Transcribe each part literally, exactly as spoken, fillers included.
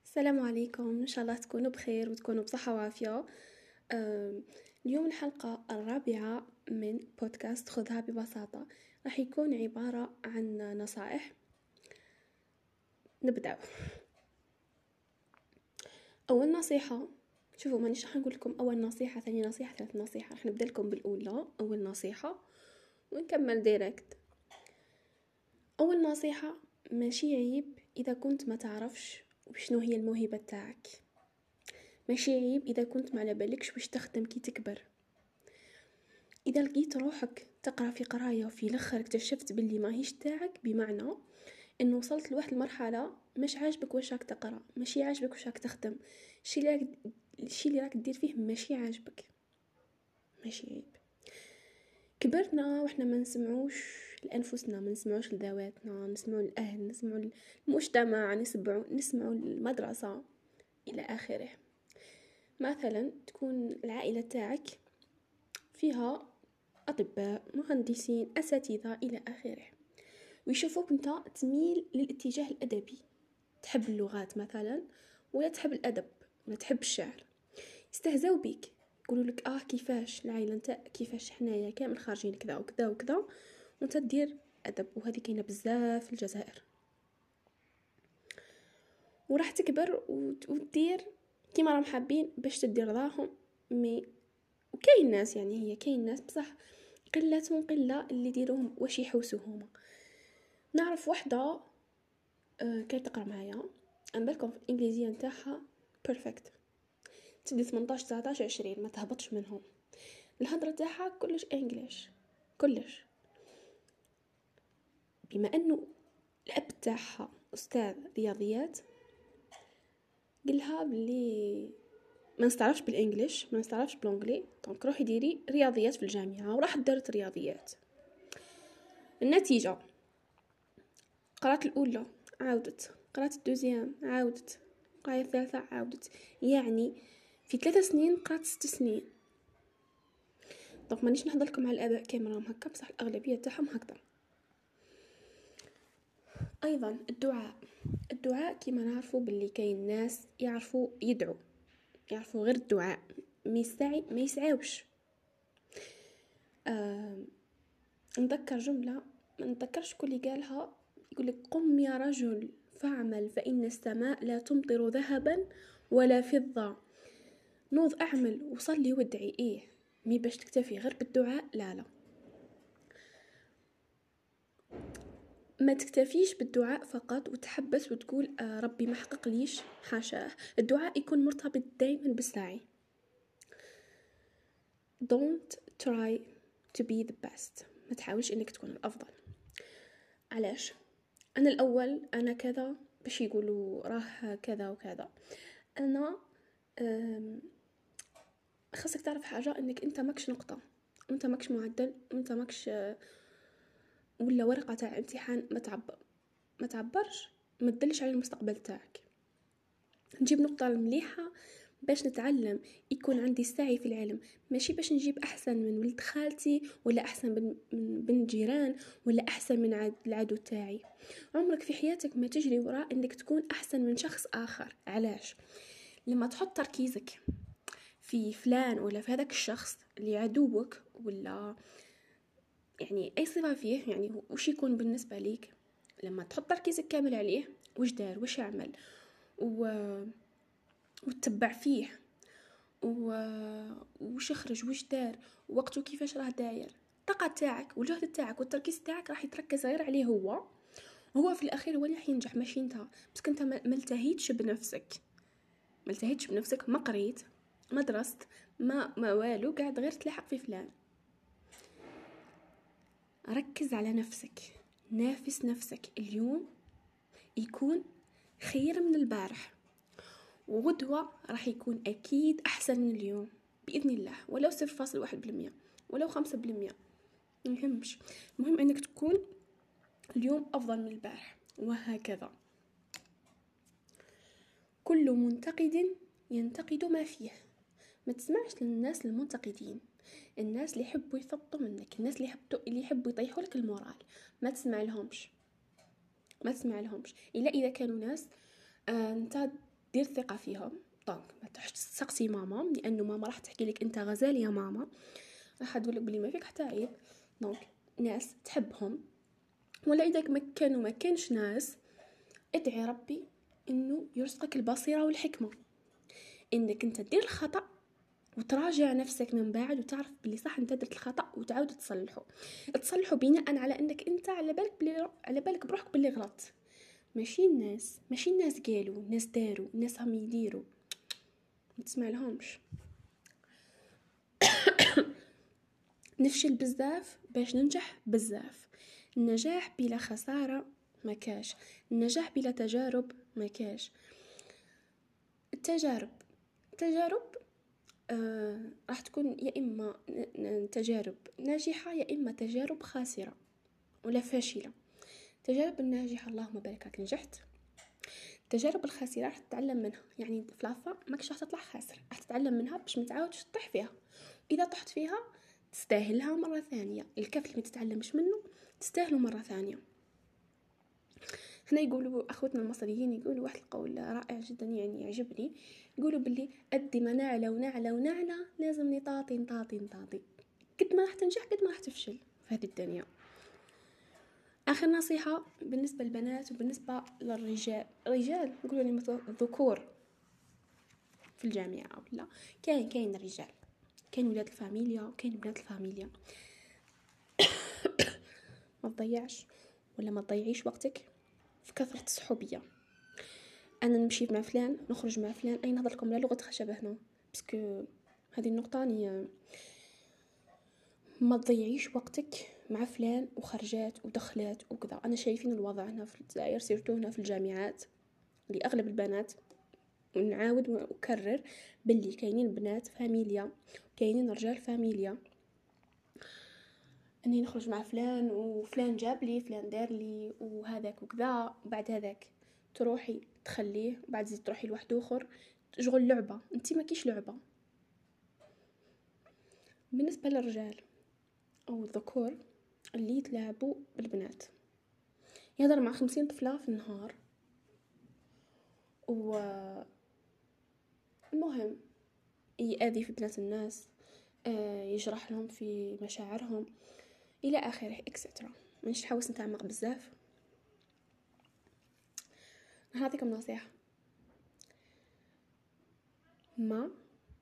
السلام عليكم، إن شاء الله تكونوا بخير وتكونوا بصحة وعافية. أم، اليوم الحلقة الرابعة من بودكاست خذها ببساطة راح يكون عبارة عن نصائح. نبدأ. أول نصيحة، شوفوا مانيش راح نقول لكم أول نصيحة ثاني نصيحة ثالث نصيحة، راح نبدأ لكم بالأولى أول نصيحة ونكمل ديريكت. أول نصيحة، ماشي عيب إذا كنت ما تعرفش وشنو هي الموهبة تاعك، ماشي عيب إذا كنت ما على بالكش واش تخدم كي تكبر. إذا لقيت روحك تقرأ في قراية وفي الآخر اكتشفت باللي ماهيش تاعك، بمعنى إنه وصلت لواحد المرحلة مش عاجبك واش راك تقرأ، ماشي عاجبك واش راك تخدم، الشي اللي راك الشي اللي راك دير فيه ماشي عاجبك، ماشي عيب. كبرنا وإحنا ما نسمعوش لأنفسنا، ما نسمعوش لذواتنا، نسمعوا الأهل، نسمعوا المجتمع، نسمعوا نسمعوا المدرسة إلى آخره. مثلا تكون العائلة تاعك فيها أطباء، مهندسين، أساتذة إلى آخره، ويشوفوك أنت تميل للاتجاه الأدبي، تحب اللغات مثلا، ولا تحب الأدب، ولا تحب الشعر، يستهزوا بيك، يقولوا لك آه كيفاش العائلة أنت، كيفاش حنايا كامل خارجين كذا وكذا وكذا وأنت تدير أدب. وهذه كاينة بزاف في الجزائر. وراح تكبر وتدير كيما راهم حابين باش تدير رضاهم. مي وكاين ناس، يعني هي كاين ناس بصح قلة قلة اللي يديروهم واش يحوسوا هما. نعرف وحده أه كانت تقرا معايا، انا بالكم في الانجليزيه نتاعها بيرفكت، تبدي ثمنطاش تسعطاش عشرين ما تهبطش منهم، الهضره تاعها كلش انجليش كلش. بما انه الاب تاعها استاذ رياضيات، قالها بلي ما نستعرفش بالانجليش، ما نستعرفش بالانجلي، دونك روحي ديري رياضيات في الجامعه. وراح درت رياضيات. النتيجه قرات الاولى عاودت، قرات الدوزيام عاودت، قرات الثالثه عاودت، يعني في ثلاث سنين قرات ست سنين. دونك مانيش نهضر لكم على الاباء كامل راهم هكا، بصح الاغلبيه تاعهم هكذا. ايضا الدعاء، الدعاء كيما نعرفوا باللي كاين ناس يعرفوا يدعوا، يعرفوا غير الدعاء، ما يسعي ما يسعاوش. آه نذكر جمله ما نتذكرش كل اللي قالها، يقول لك قم يا رجل فاعمل فإن السماء لا تمطر ذهبا ولا فضة. نوض اعمل وصلي وادعي، ايه مي باش تكتفي غير بالدعاء، لا لا، ما تكتفيش بالدعاء فقط وتحبس وتقول آه ربي ما حقق ليش، حاشاه. الدعاء يكون مرتبط دائما بالسعي. don't try to be the best، ما تحاولش انك تكون الافضل. علاش؟ انا الاول، انا كذا، باش يقولوا راه كذا وكذا. انا خاصك تعرف حاجه، انك انت ماكش نقطه، انت ماكش معدل، انت ماكش ولا ورقه تاع امتحان ما تعبر ما تعبرش ما تدلش على المستقبل تاعك. نجيب نقطه مليحه باش نتعلم، يكون عندي سعي في العلم، ماشي باش نجيب احسن من ولد خالتي ولا احسن من بن جيران ولا احسن من العدو تاعي. عمرك في حياتك ما تجري وراء انك تكون احسن من شخص اخر. علاش؟ لما تحط تركيزك في فلان ولا في هذاك الشخص اللي عدوك ولا يعني اي صفه فيه، يعني وش يكون بالنسبه ليك لما تحط تركيزك كامل عليه، وش دار، وش يعمل، و... وتتبع فيه، و... وش يخرج، وش دار، وقته كيفاش راه داير، الطاقه تاعك والجهد تاعك والتركيز تاعك راح يتركز غير عليه هو. هو في الاخير هو اللي راح ينجح، ماشي انت، بس كنت ما التهيتش بنفسك، ما التهيتش بنفسك، ما قريت، ما درست، ما ما والو، قاعد غير تلاحق في فلان. ركز على نفسك، نافس نفسك. اليوم يكون خير من البارح، وغدوة راح يكون أكيد أحسن من اليوم بإذن الله، ولو صفر فاصل واحد بالمية ولو خمسة بالمية، مهمش، المهم أنك تكون اليوم أفضل من البارح. وهكذا كل منتقد ينتقد ما فيه. ما تسمعش للناس المنتقدين، الناس اللي يحبوا يثبطوا منك، الناس اللي يحبوا اللي يحبوا يطيحوا لك المورال، ما تسمع لهمش، ما تسمع لهمش الا اذا كانوا ناس آه انت دير ثقه فيهم. دونك ما تروحش تسقسي ماما، لانه ماما راح تحكي لك انت غزال يا ماما، راح تقول لك بلي ما فيك حتى عيب. دونك ناس تحبهم، ولا اذا ما كانوا ما كانش ناس، ادعي ربي انه يرزقك البصيره والحكمه انك انت دير الخطا وتراجع نفسك من بعد وتعرف بلي صح انت درت الخطا وتعاود تصلحه. تصلحه بناء على انك انت على بالك بلي على بالك بروحك بلي غلط، ماشي الناس ماشي الناس قالوا الناس داروا الناس هم يديروا، ما تسمع لهمش. نفشل بزاف باش ننجح بزاف. النجاح بلا خساره ما كاش، النجاح بلا تجارب ما كاش. التجارب التجارب آه راح تكون يا اما تجارب ناجحه يا اما تجارب خاسره ولا فاشله. التجارب الناجحه اللهم بارك راك نجحت، التجارب الخاسره راح تتعلم منها، يعني في لافا ماكش راح تطلع خاسر، راح تتعلم منها باش ما تعاودش تطيح فيها، اذا طحت فيها تستاهلها مره ثانيه. الكف اللي ما تتعلمش منه تستاهله مره ثانيه. هنا يقولوا اخوتنا المصريين يقولوا واحد القول رائع جدا يعني يعجبني، يقولوا باللي قد ما نعلى ونعلى ونعلى لازم نطاطي نطاطي نطاطي. قد ما راح تنجح قد ما راح تفشل في هذه الدنيا. اخر نصيحه بالنسبه للبنات وبالنسبه للرجال، الرجال يقولوا لي الذكور في الجامعه ولا كاين كاين الرجال، كاين ولاد الفاميليا وكاين بنات الفاميليا. ما تضيعش ولا ما تضيعيش وقتك في كثره الصحوبيه. انا نمشي مع فلان نخرج مع فلان اي نهضر لكم لا لغه خشبه هنا، باسكو هذه النقطه ني ما تضيعيش وقتك مع فلان وخرجات ودخلات وكذا. انا شايفين الوضع هنا في الجزائر سيرتو هنا في الجامعات لاغلب البنات، ونعاود واكرر باللي كاينين بنات فاميليا كاينين رجال فاميليا، اني نخرج مع فلان وفلان جاب لي فلان دار لي وهذاك وكذا، وبعد هذاك تروحي تخليه وبعد زيد تروحي لواحد اخر شغل لعبه، انت ما كيش لعبه. بالنسبه للرجال او الذكور اللي يتلاعبوا بالبنات، يهضر مع خمسين طفله في النهار و المهم يأذي في بنات الناس، يجرح لهم في مشاعرهم الى اخره اكسترا. مانيش نحوس نتعمق بزاف، نعطيكم نصيحه، ما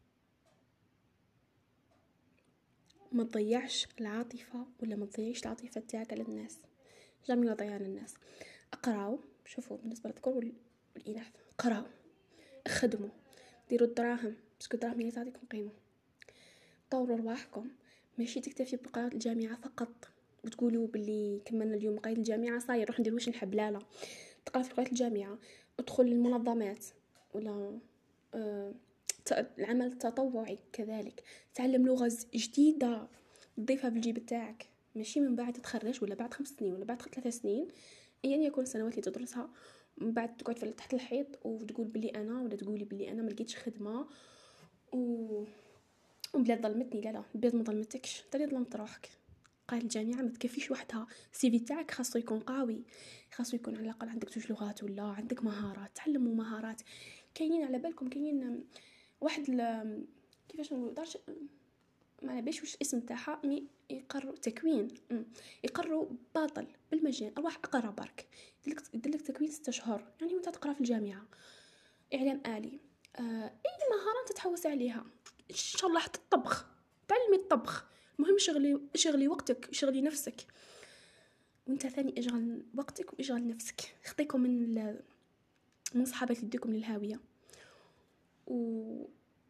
ما تضيعش العاطفه ولا ما تضيعيش العاطفه تاعك على الناس، جامي نضيع على الناس. اقراو، شوفوا بالنسبه للذكور والاناث، قراو خدموا ديروا الدراهم باسكو الدراهم اللي تعطيكم قيمه، طوروا رواحكم، ماشي تكتفي بقراءة الجامعه فقط وتقولوا باللي كملنا اليوم قرايه الجامعه صاير نروح ندير واش نحب. لا لا، تقرا في قرايه الجامعه، ادخل للمنظمات ولا آه العمل التطوعي كذلك، تعلم لغه جديده تضيفها في الجيب تاعك، ماشي من بعد تتخرج ولا بعد خمس سنين ولا بعد ثلاث سنين ايا يعني يكون السنوات اللي تدرسها من بعد تقعد في تحت الحيط وتقول بلي انا ولا تقولي بلي انا ما لقيتش خدمه و وبلاد ظلمتني. لا لا، البلاد ما ظلمتكش، انت اللي ظلمت روحك. قاعد الجامعه ما تكفيش وحدها، السي في تاعك خاصو يكون قوي، خاصو يكون على الاقل عندك زوج لغات ولا عندك مهارات، تعلموا مهارات. كاينين على بالكم كاينين واحد ل... كيفاش نقول دارش ما على باليش واش الاسم تاعها، مي يقروا تكوين م. يقروا باطل بالمجان، اروح اقرا برك يديرلك تكوين ستة اشهر يعني وانت تقرا في الجامعه. اعلام آلي، آه اي مهاره انت تحوس عليها، ان شاء الله حتى الطبخ، تعلمي الطبخ، المهم شغلي شغلي وقتك شغلي نفسك، وانت ثاني اشغل وقتك واشغل نفسك. خطيكم من من صحابات يديكم للهاويه. و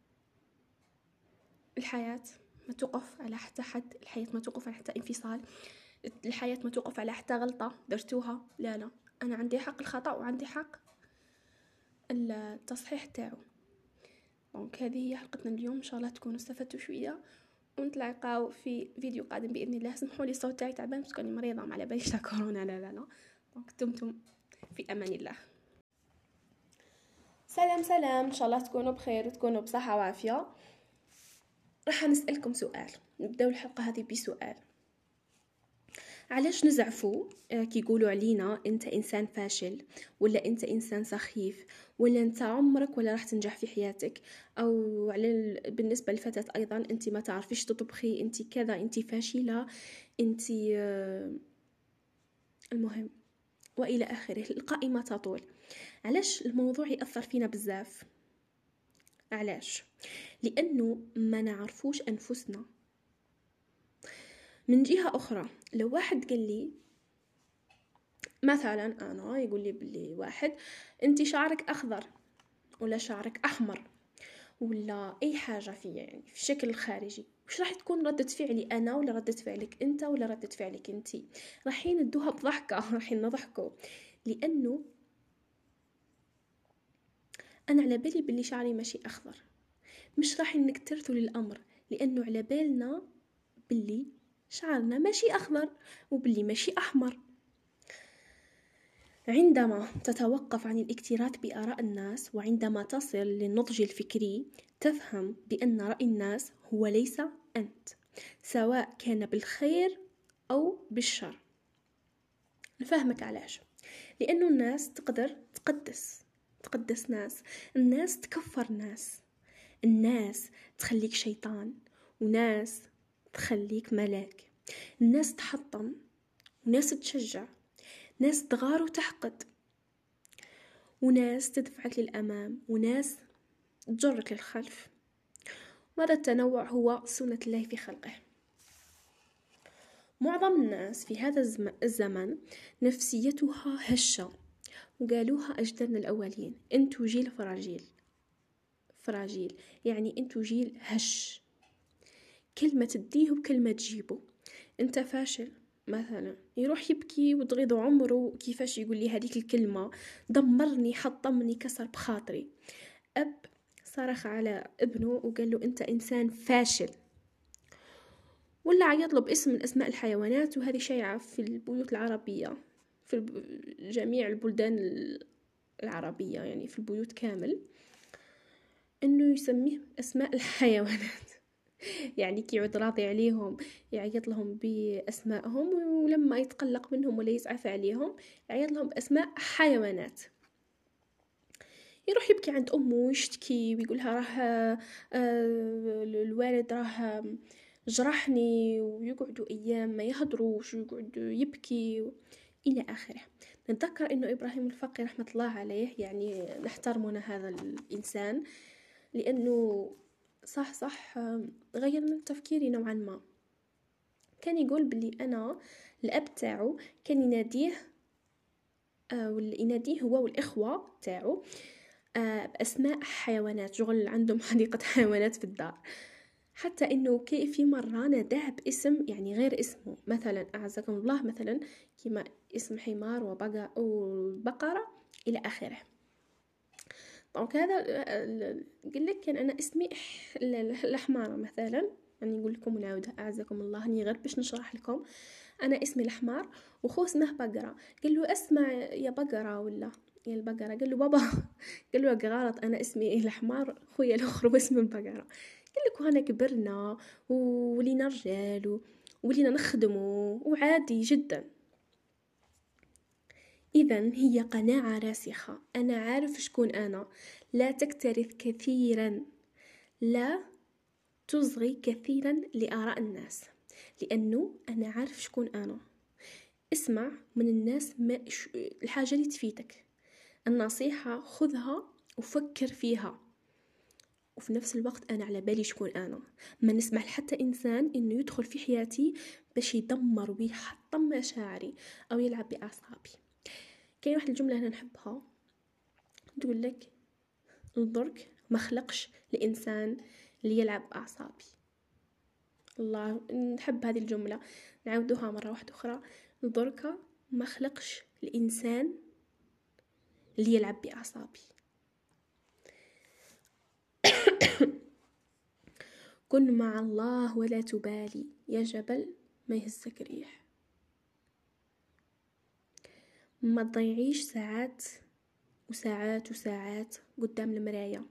الحياه ما توقف على حتى حد، الحياه ما توقف على حتى انفصال، الحياه ما توقف على حتى غلطه درتوها. لا لا، انا عندي حق الخطا وعندي حق التصحيح تاعو. دونك هذه هي حلقتنا اليوم، ان شاء الله تكونوا استفدتوا شويه، ونتلاقاو في فيديو قادم باذن الله. سمحوا لي الصوت تاعي تعبان بس كوني مريضه، ما على باليش تاع كورونا. لا لا لا، دونك دمتم في امان الله. سلام سلام، ان شاء الله تكونوا بخير وتكونوا بصحه وعافيه. راح نسالكم سؤال، نبداو الحلقه هذه بسؤال. علاش نزعفوا آه، كي يقولوا علينا انت انسان فاشل، ولا انت انسان سخيف، ولا انت عمرك ولا راح تنجح في حياتك، او على ال- بالنسبه للفتاه ايضا انت ما تعرفيش تطبخي، انت كذا، انت فاشله، انت آه، المهم والى اخره. القائمه تطول. علاش الموضوع ياثر فينا بزاف؟ علاش؟ لانه ما نعرفوش انفسنا. من جهه اخرى، لو واحد قال لي مثلا، انا يقول لي بلي واحد انت شعرك اخضر ولا شعرك احمر ولا اي حاجه فيا، يعني في الشكل الخارجي، وش راح تكون ردة فعلي انا ولا ردة فعلك انت ولا ردة فعلك انت؟ راحين ندوها بضحكه راحين نضحكوا، لانه انا على بالي باللي شعري ماشي اخضر، مش راح نكترثوا للامر، لانه على بالنا باللي شعرنا ماشي اخضر وباللي ماشي احمر. عندما تتوقف عن الاكتراث بآراء الناس، وعندما تصل للنضج الفكري، تفهم بأن رأي الناس هو ليس أنت، سواء كان بالخير أو بالشر. نفهمك علاش؟ لأنه الناس تقدر تقدس تقدس ناس، الناس تكفر ناس، الناس تخليك شيطان، وناس تخليك ملاك، الناس تحطم وناس تشجع، ناس تغار وتحقد، وناس تدفعك للأمام، وناس تجرك للخلف. وهذا التنوع هو سنة الله في خلقه. معظم الناس في هذا الزمن نفسيتها هشة، وقالوها أجدادنا الأولين: أنتو جيل فراجيل. فراجيل يعني أنتو جيل هش، كلمة تديه وكلمة تجيبه. أنت فاشل مثلا، يروح يبكي وتغيظ عمره كيفاش يقول لي هذيك الكلمة، دمرني، حطمني، كسر بخاطري. أب صرخ على ابنه وقال له أنت إنسان فاشل، ولا عيط له باسم من أسماء الحيوانات. وهذه شائعة في البيوت العربية، في جميع البلدان العربية، يعني في البيوت كامل، أنه يسميه أسماء الحيوانات يعني كي يعود راضي عليهم يعيط لهم بأسمائهم، ولما يتقلق منهم ولا يزعف عليهم يعيط لهم بأسماء حيوانات. يروح يبكي عند أمه ويشتكي ويقولها راه آه الوالد راه جرحني، ويقعدوا أيام ما يهدروش ويقعد يبكي إلى آخره. نتذكر أنه إبراهيم الفقي رحمة الله عليه، يعني نحترمنا هذا الإنسان، لأنه صح صح غير من تفكيري نوعا ما. كان يقول بلي أنا الأب تاعو كان يناديه آه يناديه هو والإخوة تاعو آه بأسماء حيوانات، شغل عندهم حديقة حيوانات في الدار، حتى إنه كي في مرة ناداه باسم يعني غير اسمه، مثلا أعزكم الله مثلا كما اسم حمار وبقرة إلى آخره. دونك هذا قل لك كان انا اسمي الحمارة مثلا، يعني نقول لكم ونعاودها اعزكم الله هني غير باش نشرح لكم. انا اسمي الحمار وخو اسمه بقرة، قال له اسمع يا بقرة ولا يا البقرة، قال له بابا قال له غلط، انا اسمي الحمار، خويا الاخر اسمه البقرة. قال لك وانا كبرنا ولينا رجال ولينا نخدمه وعادي جدا. إذن هي قناعة راسخة، أنا عارف شكون أنا، لا تكترث كثيرا، لا تصغي كثيرا لآراء الناس، لأنه أنا عارف شكون أنا. اسمع من الناس ما الحاجة اللي تفيدك، النصيحة خذها وفكر فيها، وفي نفس الوقت أنا على بالي شكون أنا. ما نسمح حتى إنسان إنه يدخل في حياتي باش يدمر ويحطم مشاعري أو يلعب بأعصابي. كاين واحد الجملة هنا نحبها تقول لك: الضرك ما خلقش الإنسان اللي يلعب أعصابي. الله، نحب هذه الجملة، نعاودوها مرة واحدة أخرى: الضرك ما خلقش الإنسان اللي يلعب بأعصابي. كن مع الله ولا تبالي، يا جبل ما يهزك ريح. ما تضيعيش ساعات وساعات وساعات قدام المراية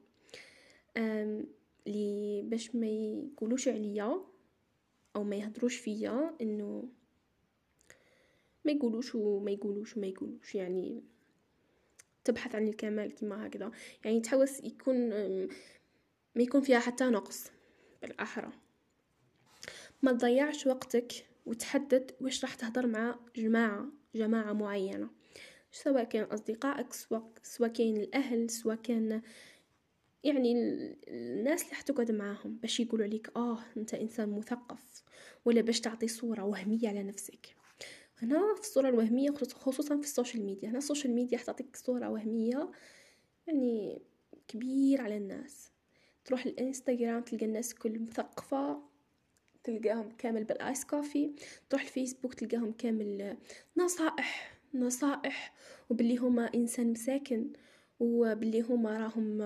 لي باش ما يقولوش عليا او ما يهدروش فيا انه ما يقولوش وما يقولوش وما يقولوش، يعني تبحث عن الكمال كما هكذا، يعني تحوس يكون ما يكون فيها حتى نقص. بالأحرى ما تضيعش وقتك وتحدد واش راح تهضر مع جماعة جماعة معينة، سواء كان أصدقائك سواء, سواء كان الأهل سواء كان يعني الناس اللي حتقعد معاهم باش يقولوا عليك آه أنت إنسان مثقف، ولا باش تعطي صورة وهمية على نفسك. هنا في الصورة الوهمية خصوصا في السوشيال ميديا، هنا السوشيال ميديا حتعطيك صورة وهمية يعني كبير على الناس. تروح الانستغرام تلقى الناس كل مثقفة، تلقاهم كامل بالايس كوفي. تروح الفيسبوك تلقاهم كامل نصائح نصائح وباللي هما انسان مساكن، وباللي هما راهم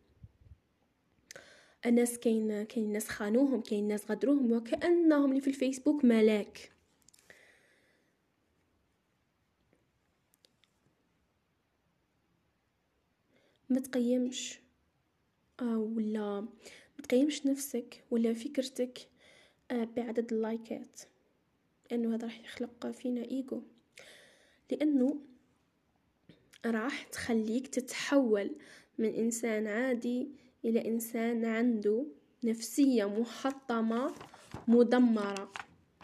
الناس كاين كاين ناس خانوهم، كاين ناس غدروهم، وكأنهم اللي في الفيسبوك ملاك. ما تقيمش آه ولا ما تقيمش نفسك ولا فكرتك آه بعدد اللايكات، لانه هذا راح يخلق فينا ايجو، لانه راح تخليك تتحول من انسان عادي الى انسان عنده نفسية محطمة مدمرة،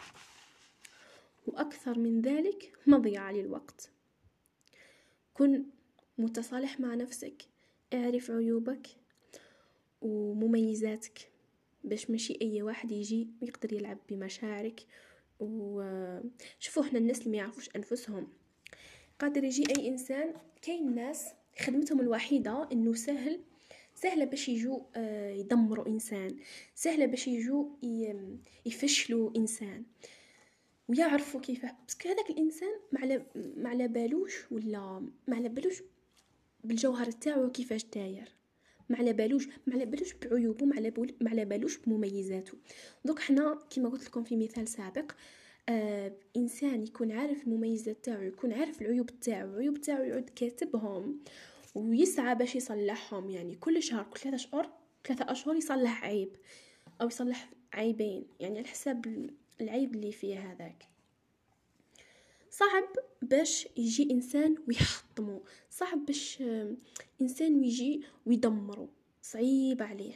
واكثر من ذلك مضيعة للوقت. كن متصالح مع نفسك، اعرف عيوبك ومميزاتك، باش ماشي اي واحد يجي ويقدر يلعب بمشاعرك. وشوفوا احنا الناس اللي ما يعرفوش انفسهم، قادر يجي اي انسان، كاين ناس خدمتهم الوحيدة انه سهل سهلة باش يجوا يدمروا انسان، سهلة باش يجوا يفشلوا انسان، ويعرفوا كيف بس هذاك الانسان ما على بالوش ولا ما على بالوش بالجوهر تاعو كيفاش داير، ما على بالوش ما على بالوش بعيوبه، ما على ما على بالوش بمميزاته. دوك حنا كما قلت لكم في مثال سابق، آه انسان يكون عارف المميزات تاعو، يكون عارف العيوب تاعو، العيوب تاعو يعود كاتبهم ويسعى باش يصلحهم، يعني كل شهر كل ثلاثة اشهر ثلاثة اشهر يصلح عيب او يصلح عيبين، يعني على حساب العيب اللي فيه هذاك. صعب باش يجي انسان ويحطمه، صعب باش انسان ويجي ويدمره، صعيب عليه،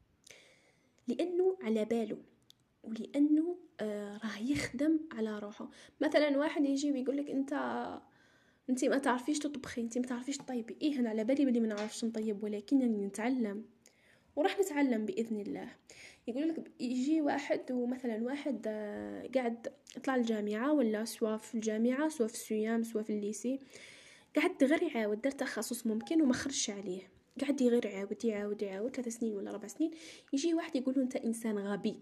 لانه على باله ولانه آه راه يخدم على روحه. مثلا واحد يجي ويقول لك انت انت ما تعرفيش تطبخي، انت ما تعرفيش تطيبي. ايه انا على بالي بلي ما نعرفش نطيب، ولكنني نتعلم وراح نتعلم باذن الله. يقول لك يجي واحد ومثلا واحد آه قاعد يطلع الجامعه، ولا سواء في الجامعه سواء في السيام سواء في الليسي، قاعد غير يعاود دار تخصص ممكن وما خرجش عليه، قاعد غير يعاود يعاود يعاود ثلاث سنين ولا ربع سنين. يجي واحد يقول له انت انسان غبي.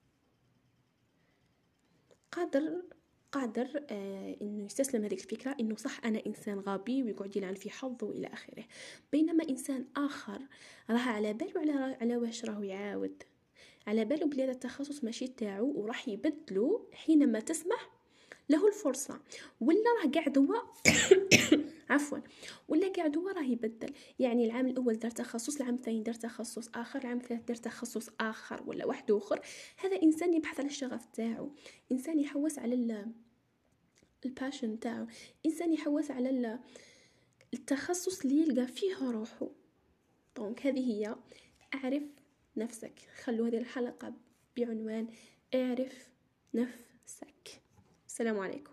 قادر قادر آه انه يستسلم هذه الفكره انه صح انا انسان غبي، ويقعد يلعن في حظه والى اخره. بينما انسان اخر راه على باله على على واش راه يعاود، على باله بلي هذا التخصص ماشي تاعو وراح يبدلو حينما تسمح له الفرصه، ولا راه قاعد هو عفوا ولا قاعد هو راه يبدل. يعني العام الاول دار تخصص، العام الثاني دار تخصص اخر، العام الثالث دار تخصص اخر ولا واحد اخر. هذا انسان يبحث على الشغف تاعو، انسان يحوس على الباشن تاعو، انسان يحوس على التخصص اللي يلقى فيه روحه. دونك هذه هي اعرف نفسك. خلوا هذه الحلقة بعنوان اعرف نفسك. السلام عليكم.